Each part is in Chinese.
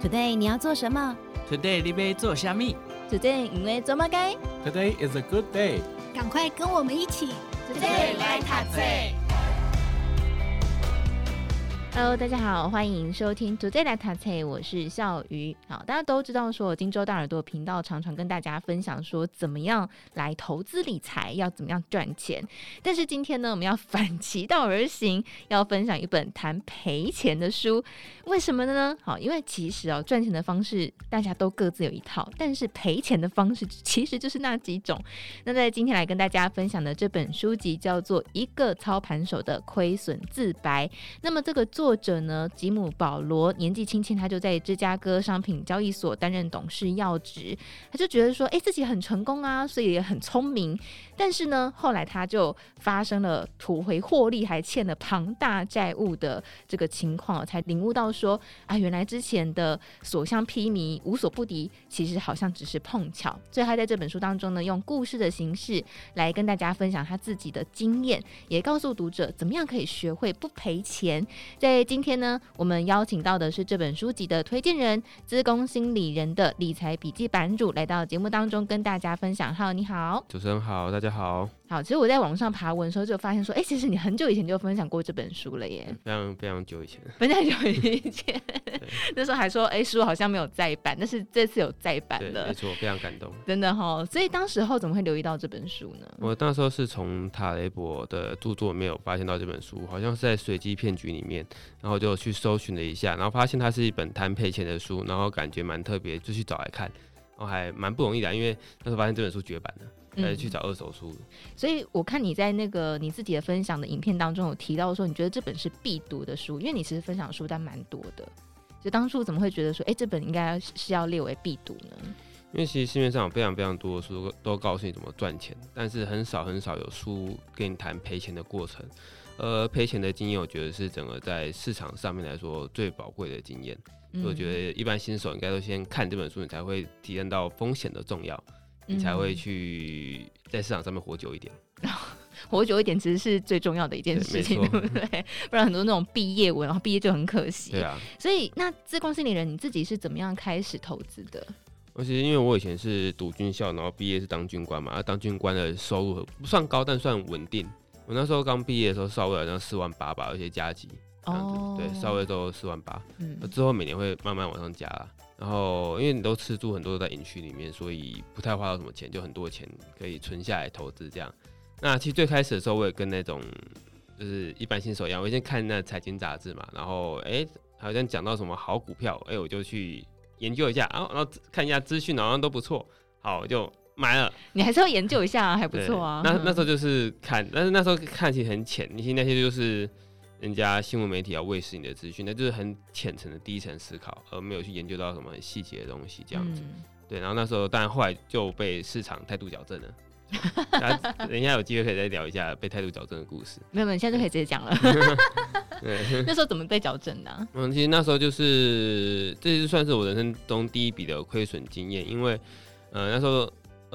Today 你要做什么 ？Today 你要做什么 ？Today 因为做乜该 Today is a good day。 赶快跟我们一起 Today 来读册。Hello， 大家好，欢迎收听 Today 来读册，我是笑鱼。好，大家都知道说，金州大耳朵频道常常跟大家分享说，怎么样来投资理财，要怎么样赚钱。但是今天呢，我们要反其道而行，要分享一本谈赔钱的书。为什么呢？好，因为其实赚钱的方式大家都各自有一套，但是赔钱的方式其实就是那几种。那在今天来跟大家分享的这本书籍叫做《一个操盘手的亏损自白》。那么这个作者呢，吉姆·保罗年纪轻轻，他就在芝加哥商品交易所担任董事要职。他就觉得说，自己很成功啊，所以也很聪明。但是呢，后来他就发生了吐回获利还欠了庞大债务的这个情况，才领悟到说啊，原来之前的所向披靡、无所不敌，其实好像只是碰巧。所以他在这本书当中呢，用故事的形式来跟大家分享他自己的经验，也告诉读者怎么样可以学会不赔钱。在今天呢，我们邀请到的是这本书籍的推荐人、资工心理人的理财笔记版主，来到节目当中跟大家分享。Hello，你好。 主持人好，大家好。 好，其实我在网上爬文的时候就发现说，其实你很久以前就分享过这本书了耶， 非常非常久以前， 非常久以前，那时候还说，书好像没有再版，但是这次有再版了， 对，没错，非常感动， 真的齁。所以当时候怎么会留意到这本书呢？ 我那时候是从塔雷伯的著作里面有发现到这本书，好像是在随机骗局里面，然后就去搜寻了一下，然后发现它是一本谈赔钱的书，然后感觉蛮特别，就去找来看，然后还蛮不容易的，因为那时候发现这本书绝版了。去找二手书。 所以我看你在那个你自己的分享的影片当中有提到说，你觉得这本是必读的书，因为你其实分享书单蛮多的，就当初怎么会觉得说，这本应该是要列为必读呢？ 因为其实市面上有非常非常多的书都告诉你怎么赚钱，但是很少有书跟你谈赔钱的过程。赔钱的经验，我觉得是整个在市场上面来说最宝贵的经验。所以我觉得一般新手应该都先看这本书，你才会体验到风险的重要。你才会去在市场上面活久一点。 活久一点其实是最重要的一件事情， 对不对？不然很多那种毕业文，然后毕业就很可惜。 对啊。 所以那资工心理人你自己是怎么样开始投资的？ 其实因为我以前是读军校，然后毕业是当军官嘛，当军官的收入不算高，但算稳定。我那时候刚毕业的时候，少尉好像48000吧，而且加级。对，少尉都48000，之后每年会慢慢往上加啦。然后因为你都吃住很多都在营区里面，所以不太花到什么钱，就很多钱可以存下来投资这样。那其实最开始的时候，我也跟那种就是一般新手一样，我先看那财经杂志嘛，然后好像讲到什么好股票，我就去研究一下，然后看一下资讯，好像都不错，好我就买了。 你还是要研究一下啊，还不错啊。 那时候就是看，但是那时候看其实很浅，其实那些就是人家新闻媒体要喂食你的资讯，那就是很浅层的第一层思考，而没有去研究到什么很细节的东西这样子。对，然后那时候当然后来就被市场态度矫正了。等一下有机会可以再聊一下被态度矫正的故事。没有， 你现在就可以直接讲了。那时候怎么被矫正的啊？ 其实那时候就是这就算是我人生中第一笔的亏损经验，因为那时候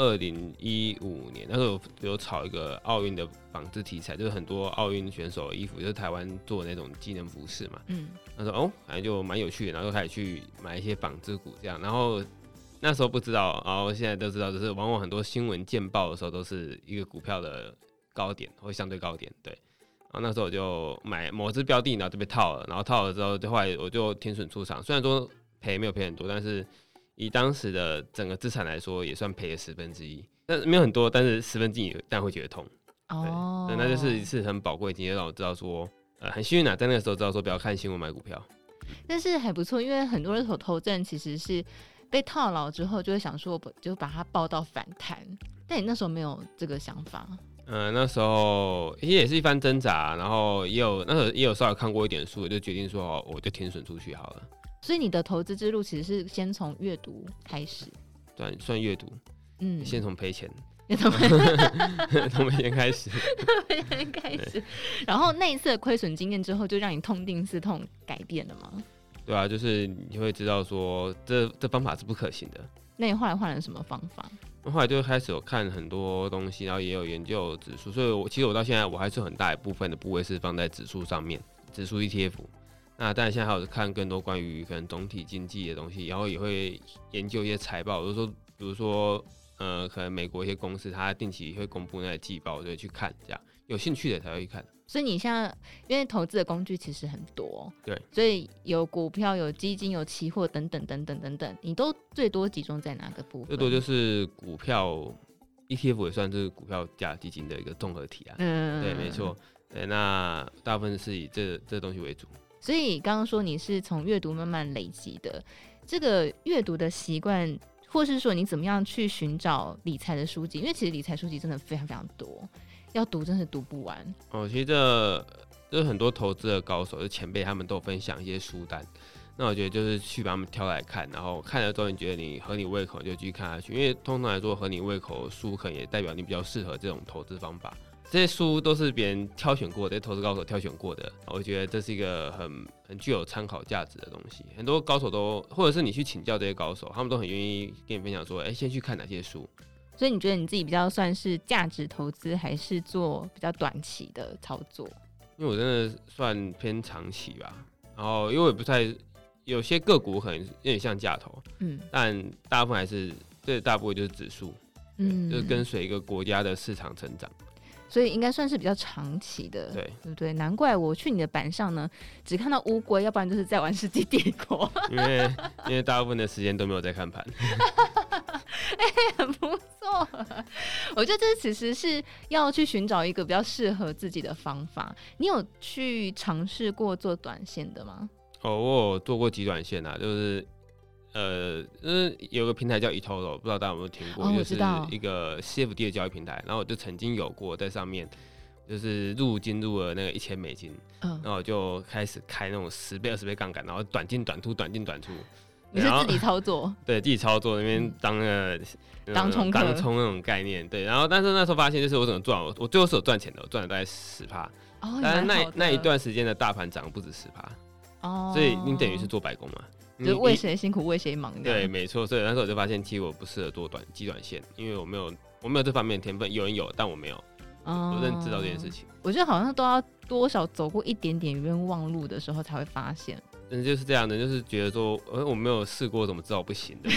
2015年那时候有炒一个奥运的纺织题材，就是很多奥运选手的衣服就是台湾做的那种机能服饰嘛。那时候反正就蛮有趣的，然后就开始去买一些纺织股这样，然后那时候不知道，然后现在都知道，就是往往很多新闻见报的时候都是一个股票的高点或相对高点，对。然后那时候我就买某只标的，然后就被套了，然后套了之后，后来我就停损出场。虽然说没有赔很多，但是以当时的整个资产来说，也算赔了1/10，但是没有很多，但是1/10当然会觉得痛。对，那就是一次很宝贵的经验，让我知道说，很幸运啊，在那个时候知道说不要看新闻买股票。 但是还不错，因为很多人投资其实是被套牢之后，就会想说，就把它抱到反弹。但你那时候没有这个想法？ 那时候也是一番挣扎，然后那时候也有稍微看过一点书，就决定说，我就停损出去好了。所以你的投资之路其实是先从阅读开始， 对，算阅读，先从赔钱，从赔钱开始， 然后那一次的亏损经验之后，就让你痛定思痛，改变了吗？ 对啊，就是你会知道说这方法是不可行的。 那你后来换了什么方法？ 后来就开始有看很多东西，然后也有研究指数，所以其实我到现在我还是很大一部分的部位是放在指数上面，指数 ETF。 那当然现在还有看更多关于可能总体经济的东西，然后也会研究一些财报，比如说可能美国一些公司它定期会公布那些季报，就会去看，这样有兴趣的才会去看。 所以你现在因为投资的工具其实很多， 对， 所以有股票、有基金、有期货等等等等等等，你都最多集中在哪个部分？ 最多就是股票 ETF 也算是股票加基金的一个综合体啊。对，没错。对，那大部分是以这东西为主。 所以刚刚说你是从阅读慢慢累积的，这个阅读的习惯，或是说你怎么样去寻找理财的书籍？因为其实理财书籍真的非常非常多，要读真是读不完。 其实这很多投资的高手，就前辈他们都有分享一些书单。那我觉得就是去把他们挑来看，然后看了之后你觉得你合你胃口就继续看下去，因为通常来说合你胃口的书可能也代表你比较适合这种投资方法。这些书都是别人挑选过的，投资高手挑选过的，我觉得这是一个很具有参考价值的东西。很多高手都，或者是你去请教这些高手，他们都很愿意跟你分享说，先去看哪些书。 所以你觉得你自己比较算是价值投资，还是做比较短期的操作？ 因为我真的算偏长期吧，然后因为我也不太，有些个股可能有点像价投，但大部分还是最大部分就是指数，就是跟随一个国家的市场成长。 所以应该算是比较长期的，对不对？难怪我去你的板上呢，只看到乌龟，要不然就是在玩世纪帝国。因为大部分的时间都没有在看盘。 很不错。我觉得这其实是要去寻找一个比较适合自己的方法。你有去尝试过做短线的吗？ 我有做过极短线啊，就是有个平台叫 eToro， 不知道大家有没有听过？就是一个 CFD 的交易平台。然后我就曾经有过在上面，就是入了那个$1000，然后我就开始开那种10倍、20倍杠杆，然后短进短出，短进短出。 你是自己操作？ 对，自己操作那边当冲那种概念。对，然后但是那时候发现，就是我整个赚，我最后是有赚钱的，我赚了大概10%。但是那一段时间的大盘涨不止10%，所以你等于是做白工嘛。 就是为谁辛苦为谁忙的。 对，没错。所以那时候我就发现，其实我不适合做极短线，因为我没有这方面的天分。有人有，但我没有。我认知到这件事情。 我觉得好像都要多少走过一点点冤枉路的时候才会发现。 就是这样的，就是觉得说，我没有试过，怎么知道不行的？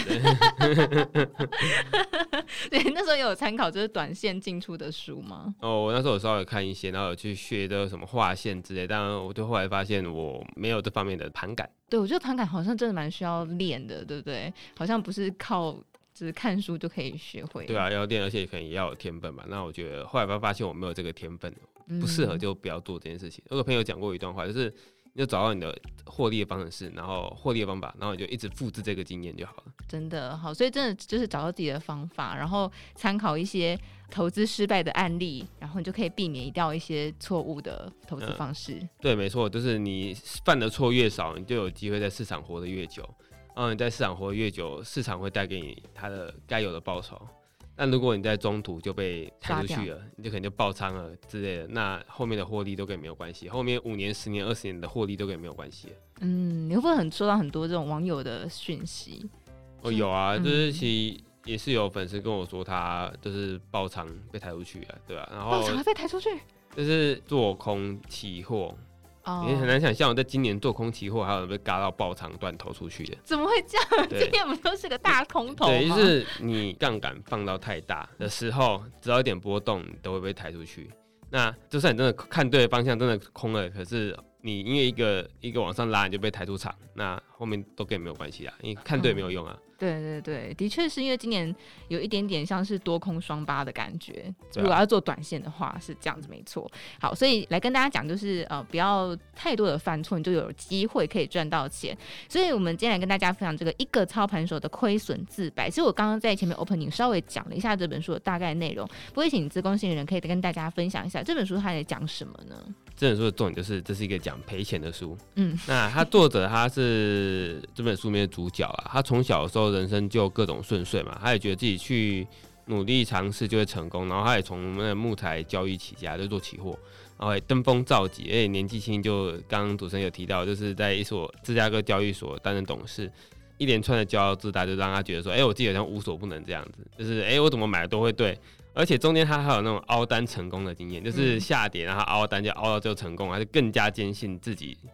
对，那时候有参考就是短线进出的书吗？ 我那时候有稍微看一些，然后有去学的什么画线之类，但我就后来发现我没有这方面的盘感。 对，我觉得盘感好像真的蛮需要练的，对不对？好像不是靠只看书就可以学会。 对啊，要练，而且可能也要有天分吧。那我觉得后来发现我没有这个天分，不适合就不要做这件事情。我有朋友讲过一段话，就是你就找到你的获利的方式，然后获利的方法，然后你就一直复制这个经验就好了。 真的好，所以真的就是找到自己的方法，然后参考一些投资失败的案例，然后你就可以避免掉一些错误的投资方式。 对，没错，就是你犯的错越少，你就有机会在市场活得越久。然后你在市场活得越久，市场会带给你它的该有的报酬。但如果你在中途就被抬出去了，你就可能就爆仓了之类的，那后面的获利都跟你没有关系，后面5年、10年、20年的获利都跟你没有关系。 你会不会收到很多这种网友的讯息？ 有啊，就是其实也是有粉丝跟我说，他就是爆仓被抬出去了，对啊，然后爆仓还被抬出去， 就是做空期货。你很难想象，我在今年做空期货，还有被嘎到爆仓断头出去的。 怎么会这样？今年不都是个大空头吗？ 对，就是你杠杆放到太大的时候，只要一点波动，你都会被抬出去。那就算你真的看对方向，真的空了，可是你因为一个往上拉，你就被抬出场，那后面都跟你没有关系啦，你看对没有用啊。 对对对，的确是因为今年有一点点像是多空双巴的感觉。 如果要做短线的话是这样子，没错。好，所以来跟大家讲，就是不要太多的犯错，你就有机会可以赚到钱。所以我们今天来跟大家分享这个一个操盘手的亏损自白。其实我刚刚在前面 opening 稍微讲了一下这本书的大概内容，不会请资工系的人可以跟大家分享一下这本书它在讲什么呢？ 这本书的重点就是这是一个讲赔钱的书。那他作者他是这本书里面的主角啊，他从小的时候人生就各种顺遂嘛，他也觉得自己去努力尝试就会成功，然后他也从那个木材交易起家，就做期货，然后也登峰造极，而且年纪轻就刚刚主持人有提到，就是在一所芝加哥交易所担任董事，一连串的骄傲自大就让他觉得说，我自己好像无所不能这样子，就是我怎么买的都会对。而且中间他还有那种凹单成功的经验，就是下跌然后凹单就凹到就成功，还是更加坚信自己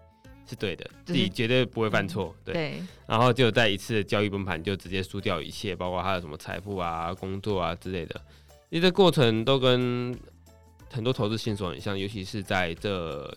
是对的， 就是自己绝对不会犯错，对。然后就在一次的交易崩盘就直接输掉一切，包括他的什么财富啊、工作啊之类的。其实这过程都跟很多投资新手很像，尤其是在这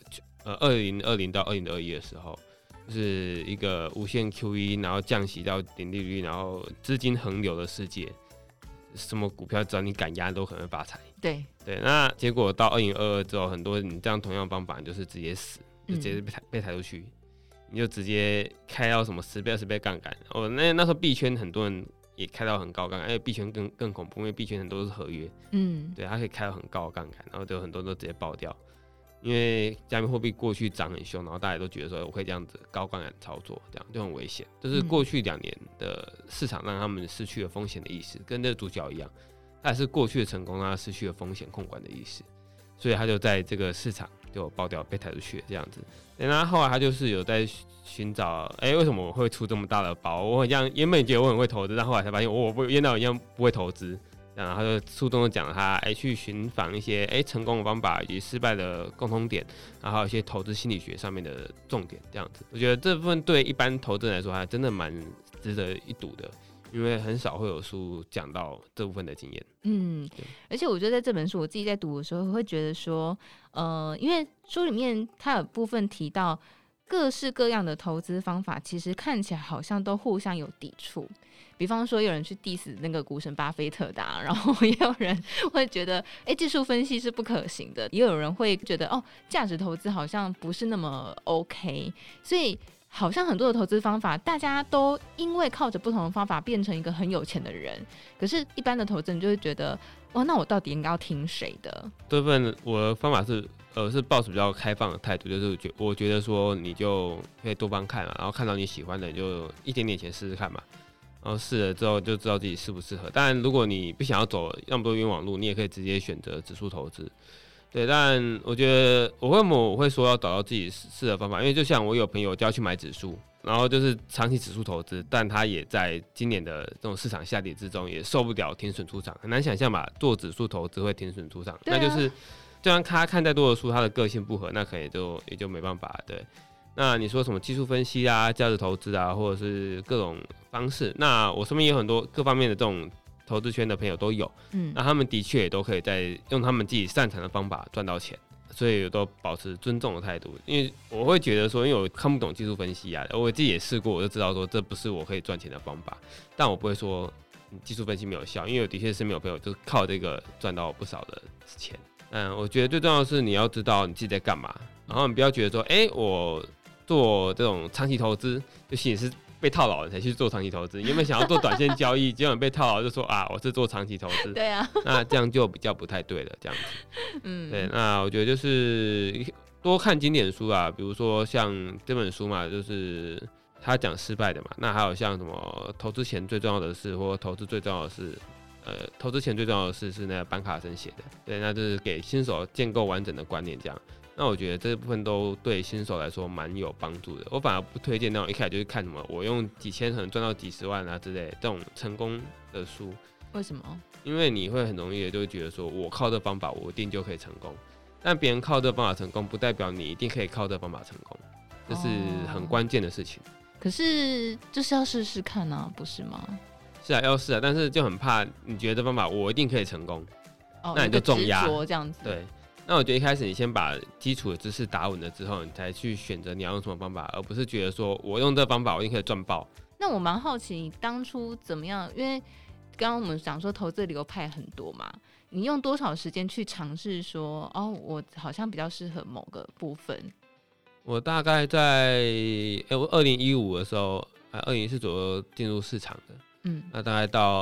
2020到2021的时候，就是一个无限 QE， 然后降息到零利率，然后资金横流的世界，什么股票只要你敢压都可能发财。对，那结果到2022之后，很多你这样同样的方法，你就是直接死，就直接被抬出去，你就直接开到什么10倍、20倍杠杆。那时候币圈很多人也开到很高杠杆，因为币圈更恐怖，因为币圈很多都是合约，对，它可以开到很高的杠杆，然后就很多都直接爆掉。因为加密货币过去涨很凶，然后大家都觉得说我可以这样子高杠杆操作，这样就很危险。就是过去2年的市场让他们失去了风险的意识，跟这个主角一样，他也是过去的成功让他失去了风险控管的意识，所以他就在这个市场就爆掉，被抬出去这样子。那后来他就是有在寻找，为什么我会出这么大的包？我很像原本觉得我很会投资，但后来才发现我原来一样不会投资。然后他就书中讲了他去寻访一些成功的方法以及失败的共通点，然后还有一些投资心理学上面的重点这样子。我觉得这部分对一般投资人来说还真的蛮值得一读的，因为很少会有书讲到这部分的经验。 而且我觉得在这本书我自己在读的时候会觉得说，因为书里面它有部分提到各式各样的投资方法，其实看起来好像都互相有抵触。比方说有人去 diss 那个股神巴菲特的然后也有人会觉得技术分析是不可行的，也有人会觉得价值投资好像不是那么 OK， 所以好像很多的投资方法大家都因为靠着不同的方法变成一个很有钱的人，可是一般的投资人就会觉得那我到底应该要听谁的？这部分我的方法是抱持比较开放的态度，就是我觉得说你就可以多方看嘛，然后看到你喜欢的你就一点点钱试试看嘛，然后试了之后就知道自己适不适合。当然如果你不想要走那么多冤枉路，你也可以直接选择指数投资。对，但我觉得我会说要找到自己适合的方法，因为就像我有朋友就要去买指数，然后就是长期指数投资，但他也在今年的这种市场下跌之中也受不了停损出场，很难想象吧，做指数投资会停损出场，那就是就算他看再多的书，他的个性不合，那可能也就没办法。对，那你说什么技术分析啊、价值投资啊，或者是各种方式，那我身边也有很多各方面的这种投资圈的朋友都有，那他们的确也都可以在用他们自己擅长的方法赚到钱，所以我都保持尊重的态度。因为我会觉得说，因为我看不懂技术分析啊，我自己也试过，我就知道说这不是我可以赚钱的方法，但我不会说技术分析没有效，因为我的确是没有朋友就是靠这个赚到不少的钱。我觉得最重要的是你要知道你自己在干嘛，然后你不要觉得说，我做这种长期投资，就是你是被套牢了才去做长期投资，你有没有想要做短线交易？结果你被套牢就说我是做长期投资， 对啊， 那这样就比较不太对了，这样子。对，那我觉得就是多看经典书啊，比如说像这本书嘛，就是他讲失败的嘛，那还有像什么投资前最重要的事，或投资最重要的事。投资前最重要的事是那个班卡森写的，对，那就是给新手建构完整的观念这样。那我觉得这部分都对新手来说蛮有帮助的。我反而不推荐那种一开始就是看什么我用几千可能赚到几十万啊之类的这种成功的书。 为什么？ 因为你会很容易的就会觉得说我靠这方法我一定就可以成功，但别人靠这方法成功不代表你一定可以靠这方法成功，这是很关键的事情。 可是就是要试试看啊，不是吗？ 是啊，要试啊，但是就很怕你觉得这方法我一定可以成功，那你就重压这样子。 对，那我觉得一开始你先把基础的知识打稳了之后，你才去选择你要用什么方法，而不是觉得说我用这方法我一定可以赚爆。 那我蛮好奇你当初怎么样，因为刚刚我们讲说投资流派很多嘛，你用多少时间去尝试说我好像比较适合某个部分？ 我大概在我2015的时候，2014左右进入市场的。那大概到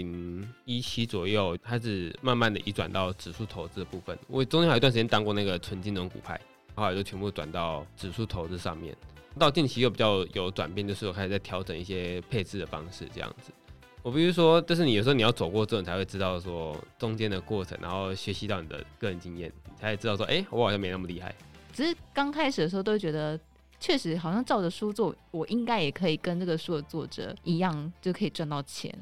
2017左右开始慢慢的移转到指数投资的部分。我中间还有一段时间当过那个纯金融股派，后来就全部转到指数投资上面。到近期又比较有转变，就是我开始在调整一些配置的方式这样子。我必须说，就是你有时候你要走过之后，你才会知道说中间的过程，然后学习到你的个人经验，你才知道说，我好像没那么厉害。 只是刚开始的时候都会觉得，确实好像照着书做，我应该也可以跟这个书的作者一样，就可以赚到钱。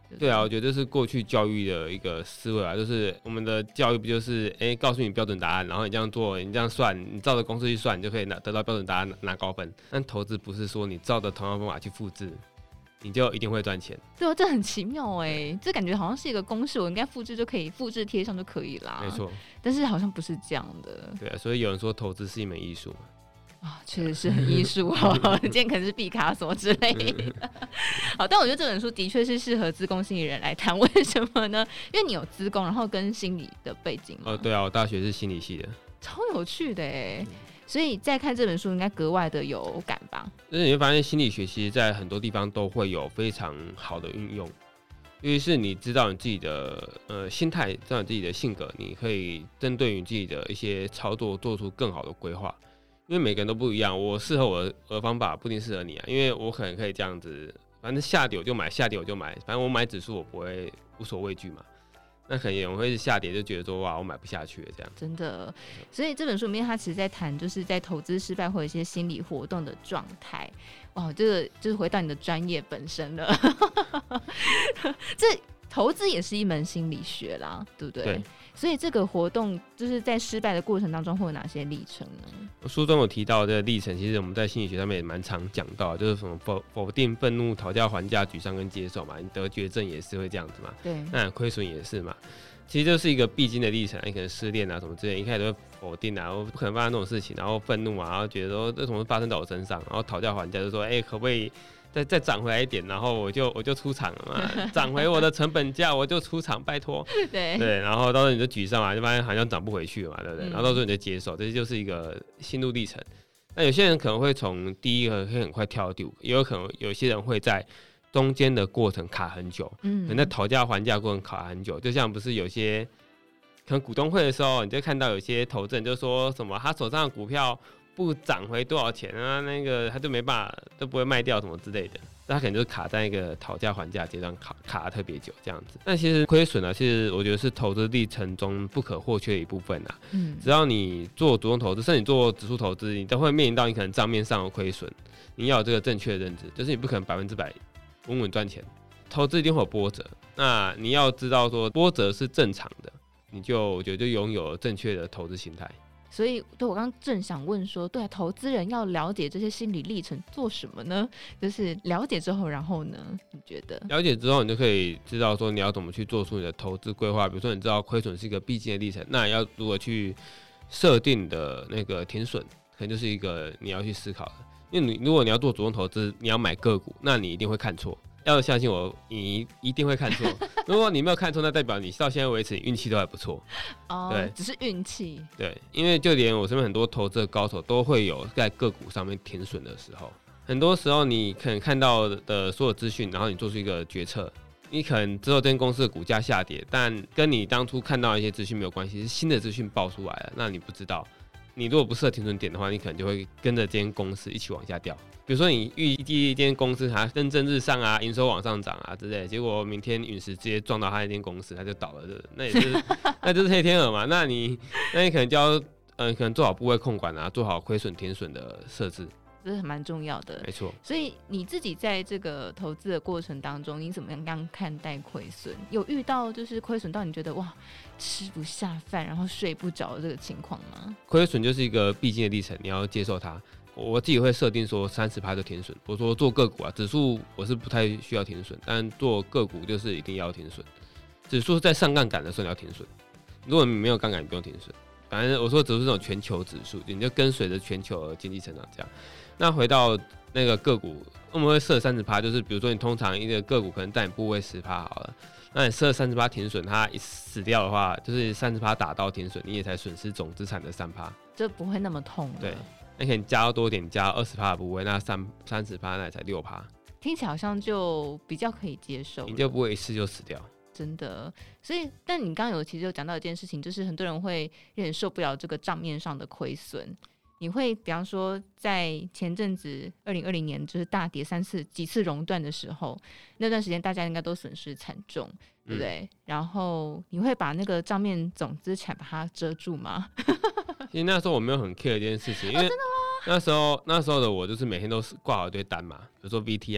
对啊，我觉得这是过去教育的一个思维啊，就是我们的教育不就是告诉你标准答案，然后你这样做，你这样算，你照着公式去算，你就可以得到标准答案拿高分。但投资不是说你照着同样方法去复制，你就一定会赚钱。 对啊，这很奇妙这感觉好像是一个公式，我应该复制就可以复制贴上就可以啦。 没错， 但是好像不是这样的。 对啊，所以有人说投资是一门艺术嘛。 确实是很艺术哦，今天可能是毕卡索之类的。好，但我觉得这本书的确是适合资工心理人来谈，为什么呢？因为你有资工，然后跟心理的背景嘛。 对啊，我大学是心理系的， 超有趣的所以在看这本书应该格外的有感吧？ 就是你会发现心理学其实在很多地方都会有非常好的运用，尤其是你知道你自己的心态，知道你自己的性格，你可以针对你自己的一些操作做出更好的规划。因为每个人都不一样，我适合我的方法不一定适合你啊。因为我可能可以这样子，反正下跌我就买，下跌我就买，反正我买指数我不会无所畏惧嘛。那可能有人会下跌就觉得说哇我买不下去了这样。 真的，所以这本书里面他其实在谈就是在投资失败或者一些心理活动的状态。哇，这个就是回到你的专业本身了。这投资也是一门心理学啦，对不对？ 对。 所以这个活动就是在失败的过程当中会有哪些历程呢？ 书中有提到的历程，其实我们在心理学上面也蛮常讲到，就是什么否定、愤怒、讨价还价、沮丧跟接受嘛。你得绝症也是会这样子嘛， 对， 那亏损也是嘛。其实就是一个必经的历程，你可能失恋啊什么之类，一开始都会否定啊，我不可能发生这种事情，然后愤怒啊，然后觉得说这怎么会发生在我身上，然后讨价还价就说，可不可以再涨回来一点，然后我就出场了嘛，涨回我的成本价我就出场，拜托。对，然后到时候你就沮丧嘛，就发现好像涨不回去了嘛，对不对？然后到时候你就接受，这就是一个心路历程。那有些人可能会从第一个会很快跳到第五个，也有可能有些人会在中间的过程卡很久，可能在讨价还价过程卡很久，就像不是有些可能股东会的时候，你就看到有些投资人就说什么他手上的股票不涨回多少钱啊，那个他就没办法都不会卖掉什么之类的，他可能就是卡在一个讨价还价阶段卡得特别久这样子。但其实亏损啊，其实我觉得是投资历程中不可或缺的一部分啊。只要你做主动投资，甚至你做指数投资，你都会面临到你可能账面上的亏损，你要有这个正确的认知，就是你不可能100%稳稳赚钱，投资一定会有波折。那你要知道说波折是正常的，我觉得就拥有了正确的投资心态。 所以对我刚刚正想问说，对啊，投资人要了解这些心理历程做什么呢？就是了解之后，然后呢？你觉得了解之后，你就可以知道说你要怎么去做出你的投资规划。比如说，你知道亏损是一个必经的历程，那你要如何去设定你的那个停损，可能就是一个你要去思考的。因为如果你要做主动投资，你要买个股，那你一定会看错。要相信我，你一定会看错。如果你没有看错，那代表你到现在为止你运气都还不错。对， 只是运气。 对，因为就连我身边很多投资的高手都会有在个股上面停损的时候。很多时候你可能看到的所有资讯，然后你做出一个决策，你可能之后这间公司的股价下跌，但跟你当初看到的一些资讯没有关系，是新的资讯爆出来了，那你不知道。你如果不设停损点的话，你可能就会跟着这间公司一起往下掉。比如说你预计一间公司它蒸蒸日上啊，营收往上涨啊之类的，结果明天陨石直接撞到它那间公司，它就倒了，那也是那就是黑天鹅嘛。那你可能就要可能做好部位控管啊，做好亏损停损的设置， 这是蛮重要的。 没错。 所以你自己在这个投资的过程当中，你怎么样看待亏损？有遇到就是亏损到你觉得哇吃不下饭，然后睡不着的这个情况吗？ 亏损就是一个必经的历程，你要接受它。我自己会设定说30%就停损。我说做个股啊，指数我是不太需要停损，但做个股就是一定要停损。指数在上杠杆的时候你要停损，如果你没有杠杆，你不用停损。反正我说指数是这种全球指数，你就跟随着全球的经济成长这样。那回到那个个股，我们会设30%，就是比如说你通常一个个股可能占你部位10%好了，那你设30%停损，它一死掉的话，就是30%打到停损，你也才损失总资产的3%， 就不会那么痛了。 对，那可能加到多点，加到20%的部位，那30%那也才6%， 听起来好像就比较可以接受， 你就不会一次就死掉。 真的，所以，但你刚刚其实有讲到一件事情，就是很多人会有点受不了这个账面上的亏损。你会比方说，在前阵子2020年就是大跌几次熔断的时候，那段时间大家应该都损失惨重，对不对？然后你会把那个账面总资产把它遮住吗？ 其实那时候我没有很 care 这件事情，因为那时候的我就是每天都挂好一堆单嘛，比如说 VTI。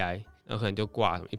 那可能就挂什么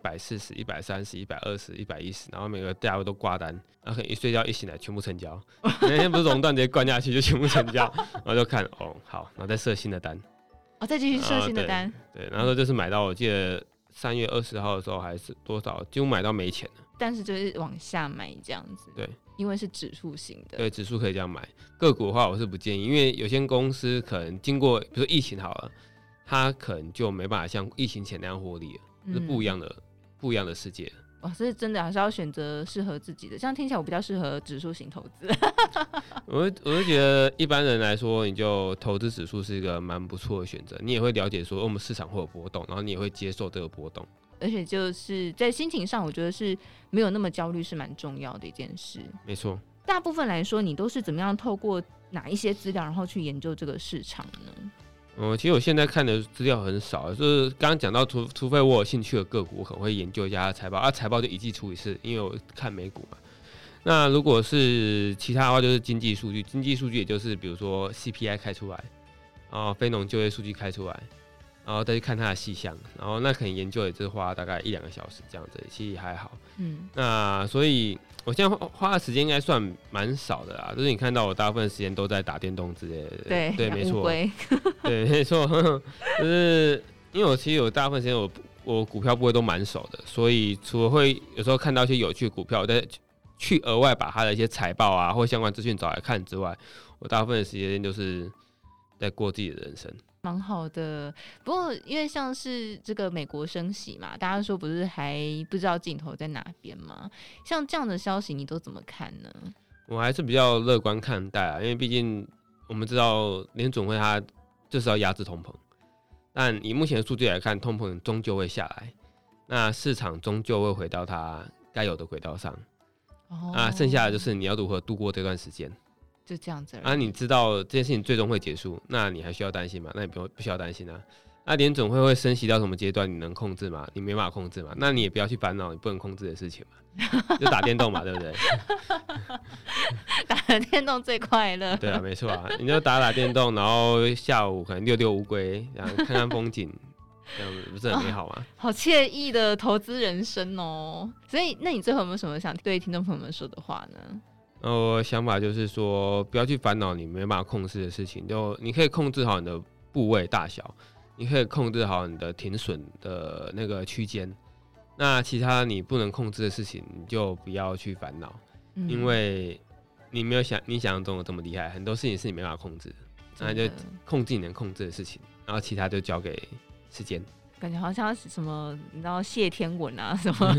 140、130、120、110，然后每个价位都挂单，然后可能一睡觉一醒来全部成交。那天不是熔断直接灌下去就全部成交，然后就看好，然后再设新的单， 再继续设新的单。 对，然后就是买到我记得3月20号的时候还是多少，几乎买到没钱了。 但是就是往下买这样子。 对， 因为是指数型的。 对，指数可以这样买。个股的话我是不建议，因为有些公司可能经过比如说疫情好了，它可能就没办法像疫情前那样获利了。是不一样的世界。 所以真的还是要选择适合自己的。这样听起来我比较适合指数型投资。 我就觉得一般人来说，你就投资指数是一个蛮不错的选择。你也会了解说我们市场会有波动，然后你也会接受这个波动。 而且就是在心情上，我觉得是没有那么焦虑，是蛮重要的一件事。 没错。 大部分来说，你都是怎么样透过哪一些资料，然后去研究这个市场呢？ 其实我现在看的资料很少，就是刚刚讲到除非我有兴趣的个股，我可能会研究一下它的财报，财报就一季出一次，因为我看美股嘛。那如果是其他的话，就是经济数据，经济数据也就是比如说 CPI 开出来，然后非农就业数据开出来，然后再去看它的细项，然后那可能研究也是花大概1-2个小时这样子，其实还好。那所以我现在花的时间应该算蛮少的啦，就是你看到我大部分时间都在打电动之类的。对，没错。对，没错。就是因为我其实有大部分时间我股票部位都蛮熟的，所以除了会有时候看到一些有趣的股票，我再去额外把它的一些财报啊或相关资讯找来看之外，我大部分的时间就是在过自己的人生。 蛮好的。不过因为像是这个美国升息嘛，大家说不是还不知道尽头在哪边吗？像这样的消息你都怎么看呢？ 我还是比较乐观看待啊，因为毕竟我们知道联准会它就是要压制通膨，但以目前的数据来看，通膨终究会下来，那市场终究会回到它该有的轨道上。剩下的就是你要如何度过这段时间。 就这样子而已。 你知道这件事情最终会结束，那你还需要担心吗？那你不需要担心啊。那联准会升息到什么阶段，你能控制吗？你没办法控制嘛，那你也不要去烦恼你不能控制的事情嘛，就打电动嘛，对不对？ 打电动最快乐。对啊，没错啊，你就打电动，然后下午可能遛乌龟，然后看看风景。这样子不是很美好吗？ 好惬意的投资人生哦。所以那你最后有没有什么想对听众朋友们说的话呢？ 我想法就是说，不要去烦恼你没办法控制的事情，就你可以控制好你的部位大小，你可以控制好你的停损的那个区间，那其他你不能控制的事情，你就不要去烦恼，因为你没有你想象中的这么厉害，很多事情是你没办法控制的，那就控制你能控制的事情，然后其他就交给时间。 感觉好像什么，你知道谢天文啊什么。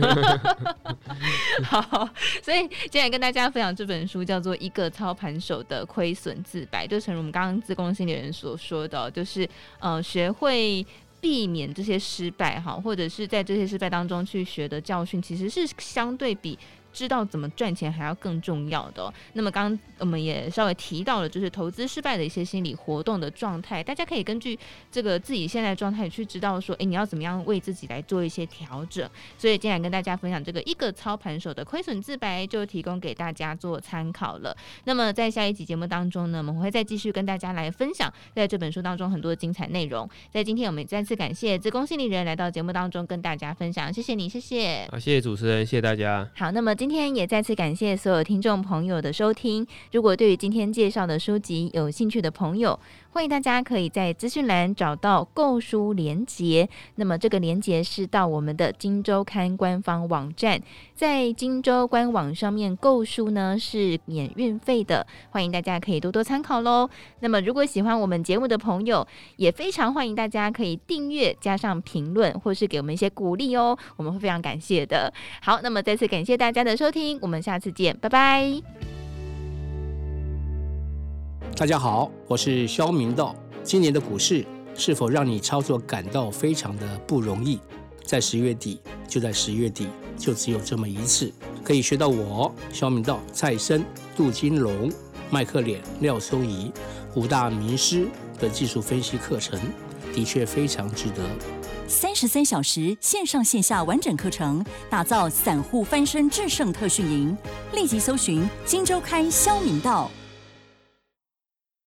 好，所以今天跟大家分享这本书叫做《一个操盘手的亏损自白》，就诚如我们刚刚自贡心理人所说的，就是学会避免这些失败哈，或者是在这些失败当中去学的教训，其实是相对比知道怎么赚钱还要更重要的哦。那么刚刚我们也稍微提到了，就是投资失败的一些心理活动的状态，大家可以根据这个自己现在的状态去知道说，你要怎么样为自己来做一些调整。所以今天跟大家分享这个一个操盘手的亏损自白，就提供给大家做参考了。那么在下一集节目当中呢，我们会再继续跟大家来分享在这本书当中很多精彩内容。在今天我们再次感谢资工心理人来到节目当中跟大家分享，谢谢你，谢谢。 好，谢谢主持人，谢谢大家。 好，那么今天也再次感谢所有听众朋友的收听。如果对于今天介绍的书籍有兴趣的朋友，欢迎大家可以在资讯栏找到购书连结，那么这个连结是到我们的今周刊官方网站，在今周官网上面购书呢是免运费的，欢迎大家可以多多参考咯。那么如果喜欢我们节目的朋友，也非常欢迎大家可以订阅加上评论，或是给我们一些鼓励哦，我们会非常感谢的。好，那么再次感谢大家的收听，我们下次见，拜拜。 大家好，我是萧明道。今年的股市是否让你操作感到非常的不容易？在10月底，就在10月底，就只有这么一次，可以学到我萧明道、蔡生、杜金龙、麦克脸、廖秋怡5大名师的技术分析课程，的确非常值得。 33小时线上线下完整课程，打造散户翻身制胜特训营，立即搜寻今周刊萧明道。